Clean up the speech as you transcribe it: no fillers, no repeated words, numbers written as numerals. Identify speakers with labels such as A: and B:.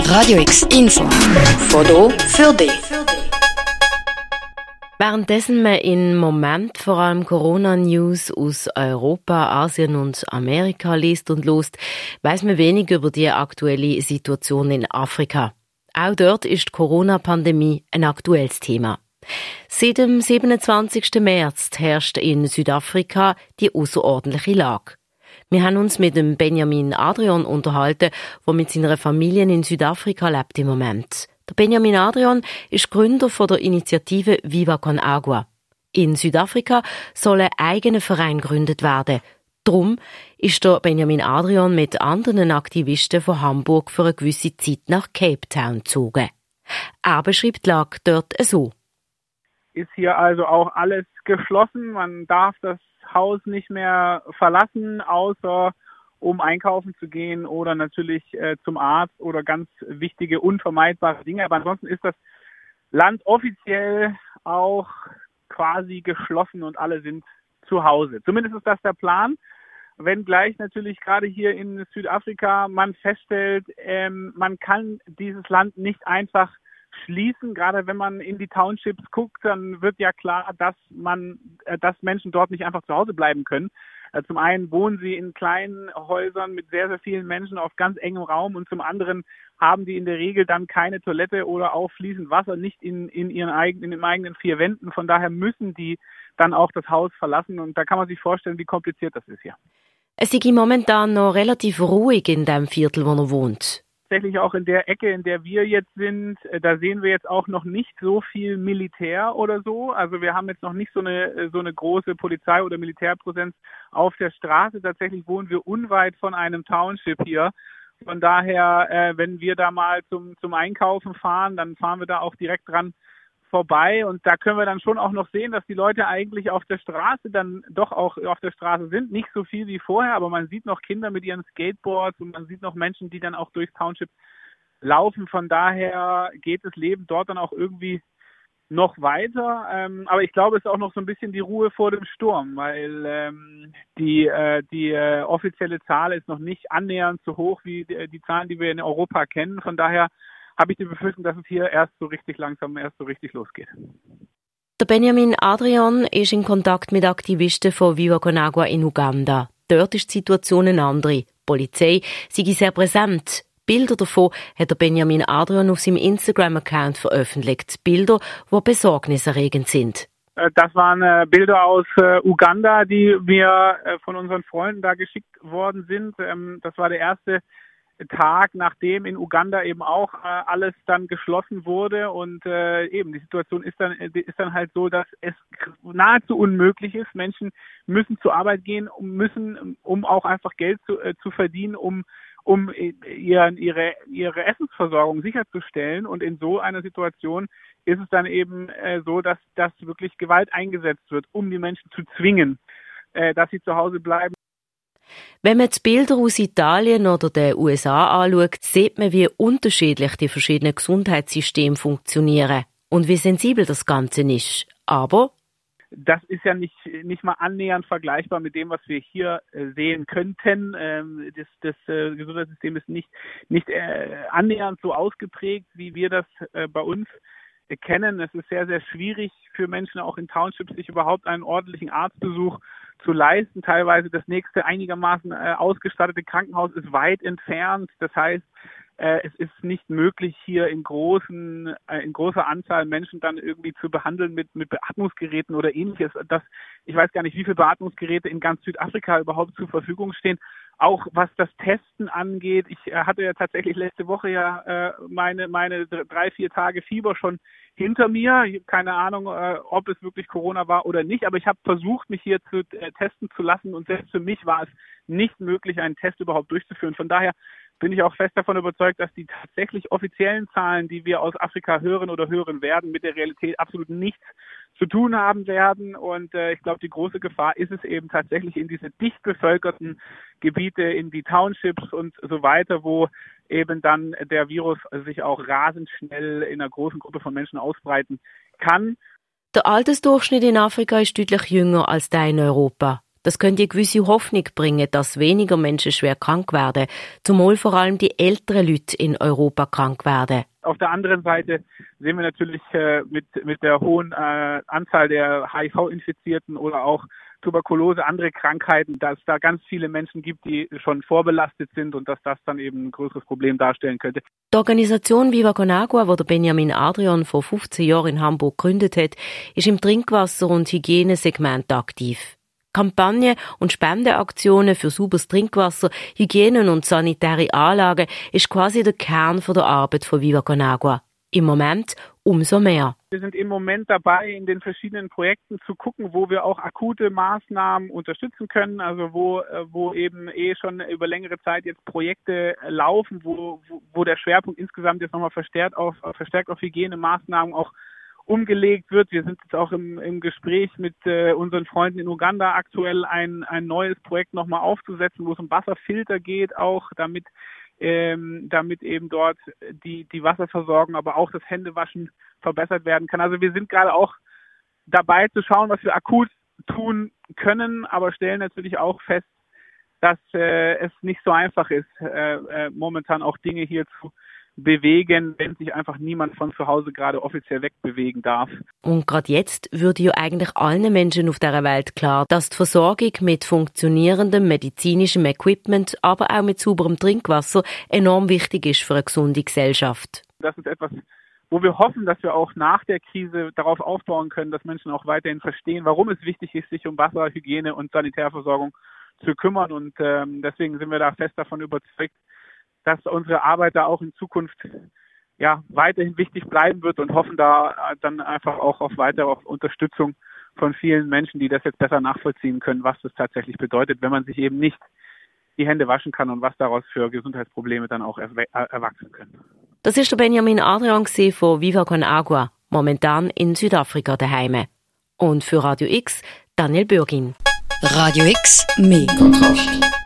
A: Radio X Info. Foto für dich.
B: Währenddessen man im Moment vor allem Corona-News aus Europa, Asien und Amerika liest und hört, weiss man wenig über die aktuelle Situation in Afrika. Auch dort ist die Corona-Pandemie ein aktuelles Thema. Seit dem 27. März herrscht in Südafrika die außerordentliche Lage. Wir haben uns mit dem Benjamin Adrian unterhalten, der mit seiner Familie in Südafrika lebt im Moment. Der Benjamin Adrian ist Gründer von der Initiative Viva con Agua. In Südafrika soll ein eigener Verein gegründet werden. Darum ist der Benjamin Adrian mit anderen Aktivisten von Hamburg für eine gewisse Zeit nach Cape Town gezogen. Er beschreibt die Lage dort so.
C: Ist hier also auch alles geschlossen. Man darf das Haus nicht mehr verlassen, außer um einkaufen zu gehen oder natürlich zum Arzt oder ganz wichtige, unvermeidbare Dinge. Aber ansonsten ist das Land offiziell auch quasi geschlossen und alle sind zu Hause. Zumindest ist das der Plan. Wenngleich natürlich gerade hier in Südafrika man feststellt, man kann dieses Land nicht einfach schließen. Gerade wenn man in die Townships guckt, dann wird ja klar, dass Menschen dort nicht einfach zu Hause bleiben können. Zum einen wohnen sie in kleinen Häusern mit sehr, sehr vielen Menschen auf ganz engem Raum und zum anderen haben die in der Regel dann keine Toilette oder auch fließend Wasser, nicht in den eigenen vier Wänden. Von daher müssen die dann auch das Haus verlassen und da kann man sich vorstellen, wie kompliziert das ist hier.
B: Es ist momentan noch relativ ruhig in dem Viertel, wo er wohnt.
C: Tatsächlich auch in der Ecke, in der wir jetzt sind, da sehen wir jetzt auch noch nicht so viel Militär oder so. Also wir haben jetzt noch nicht so eine große Polizei- oder Militärpräsenz auf der Straße. Tatsächlich wohnen wir unweit von einem Township hier. Von daher, wenn wir da mal zum Einkaufen fahren, dann fahren wir da auch direkt dran vorbei und da können wir dann schon auch noch sehen, dass die Leute eigentlich auf der Straße dann doch auch auf der Straße sind. Nicht so viel wie vorher, aber man sieht noch Kinder mit ihren Skateboards und man sieht noch Menschen, die dann auch durchs Township laufen. Von daher geht das Leben dort dann auch irgendwie noch weiter. Aber ich glaube, es ist auch noch so ein bisschen die Ruhe vor dem Sturm, weil die offizielle Zahl ist noch nicht annähernd so hoch wie die Zahlen, die wir in Europa kennen. Von daher habe ich die Befürchtung, dass es hier erst so richtig losgeht.
B: Der Benjamin Adrian ist in Kontakt mit Aktivisten von Viva con Agua in Uganda. Dort ist die Situation eine andere. Die Polizei sei sehr präsent. Bilder davon hat der Benjamin Adrian auf seinem Instagram-Account veröffentlicht. Bilder, die besorgniserregend sind.
C: Das waren Bilder aus Uganda, die mir von unseren Freunden da geschickt worden sind. Das war der erste Tag, nachdem in Uganda eben auch alles dann geschlossen wurde und eben die Situation ist dann halt so, dass es nahezu unmöglich ist. Menschen müssen zur Arbeit gehen, um auch einfach Geld zu verdienen, um ihre Essensversorgung sicherzustellen. Und in so einer Situation ist es dann eben so, dass wirklich Gewalt eingesetzt wird, um die Menschen zu zwingen, dass sie zu Hause bleiben.
B: Wenn man die Bilder aus Italien oder den USA anschaut, sieht man, wie unterschiedlich die verschiedenen Gesundheitssysteme funktionieren und wie sensibel das Ganze ist. Aber
C: das ist ja nicht mal annähernd vergleichbar mit dem, was wir hier sehen könnten. Das Gesundheitssystem ist nicht annähernd so ausgeprägt, wie wir das bei uns kennen. Es ist sehr, sehr schwierig für Menschen auch in Townships, sich überhaupt einen ordentlichen Arztbesuch zu leisten. Teilweise das nächste einigermaßen ausgestattete Krankenhaus ist weit entfernt. Das heißt, es ist nicht möglich, hier in großer Anzahl Menschen dann irgendwie zu behandeln mit Beatmungsgeräten oder ähnliches. Ich weiß gar nicht, wie viele Beatmungsgeräte in ganz Südafrika überhaupt zur Verfügung stehen. Auch was das Testen angeht. Ich hatte ja tatsächlich letzte Woche meine 3-4 Tage Fieber schon hinter mir. Ich habe keine Ahnung, ob es wirklich Corona war oder nicht, aber ich habe versucht, mich hier zu testen zu lassen und selbst für mich war es nicht möglich, einen Test überhaupt durchzuführen. Von daher bin ich auch fest davon überzeugt, dass die tatsächlich offiziellen Zahlen, die wir aus Afrika hören oder hören werden, mit der Realität absolut nichts zu tun haben werden. Und ich glaube, die große Gefahr ist es eben tatsächlich in diese dicht bevölkerten Gebiete, in die Townships und so weiter, wo eben dann der Virus sich auch rasend schnell in einer großen Gruppe von Menschen ausbreiten kann.
B: Der Altersdurchschnitt in Afrika ist deutlich jünger als der in Europa. Das könnte eine gewisse Hoffnung bringen, dass weniger Menschen schwer krank werden, zumal vor allem die älteren Leute in Europa krank werden.
C: Auf der anderen Seite sehen wir natürlich mit der hohen Anzahl der HIV-Infizierten oder auch Tuberkulose, andere Krankheiten, dass da ganz viele Menschen gibt, die schon vorbelastet sind und dass das dann eben ein größeres Problem darstellen könnte.
B: Die Organisation Viva con Agua, die Benjamin Adrian vor 15 Jahren in Hamburg gegründet hat, ist im Trinkwasser- und Hygienesegment aktiv. Kampagnen und Spendeaktionen für sauberes Trinkwasser, Hygiene und sanitäre Anlagen ist quasi der Kern der Arbeit von Viva con Agua. Im Moment umso mehr.
C: Wir sind im Moment dabei, in den verschiedenen Projekten zu gucken, wo wir auch akute Maßnahmen unterstützen können, also wo eben schon über längere Zeit jetzt Projekte laufen, wo der Schwerpunkt insgesamt jetzt nochmal verstärkt auf Hygienemaßnahmen auch umgelegt wird. Wir sind jetzt auch im Gespräch mit unseren Freunden in Uganda aktuell ein neues Projekt nochmal aufzusetzen, wo es um Wasserfilter geht, auch damit eben dort die Wasserversorgung, aber auch das Händewaschen verbessert werden kann. Also wir sind gerade auch dabei zu schauen, was wir akut tun können, aber stellen natürlich auch fest, dass es nicht so einfach ist, momentan auch Dinge hier zu bewegen, wenn sich einfach niemand von zu Hause gerade offiziell wegbewegen darf.
B: Und gerade jetzt würde ja eigentlich allen Menschen auf dieser Welt klar, dass die Versorgung mit funktionierendem medizinischem Equipment, aber auch mit sauberem Trinkwasser enorm wichtig ist für eine gesunde Gesellschaft.
C: Das ist etwas, wo wir hoffen, dass wir auch nach der Krise darauf aufbauen können, dass Menschen auch weiterhin verstehen, warum es wichtig ist, sich um Wasser, Hygiene und Sanitärversorgung zu kümmern. Und deswegen sind wir da fest davon überzeugt, dass unsere Arbeit da auch in Zukunft weiterhin wichtig bleiben wird und hoffen da dann einfach auch auf weitere Unterstützung von vielen Menschen, die das jetzt besser nachvollziehen können, was das tatsächlich bedeutet, wenn man sich eben nicht die Hände waschen kann und was daraus für Gesundheitsprobleme dann auch erwachsen können.
B: Das ist der Benjamin Adrian von Viva con Agua, momentan in Südafrika daheim. Und für Radio X, Daniel Bürgin.
A: Radio X, mehr Kontrast.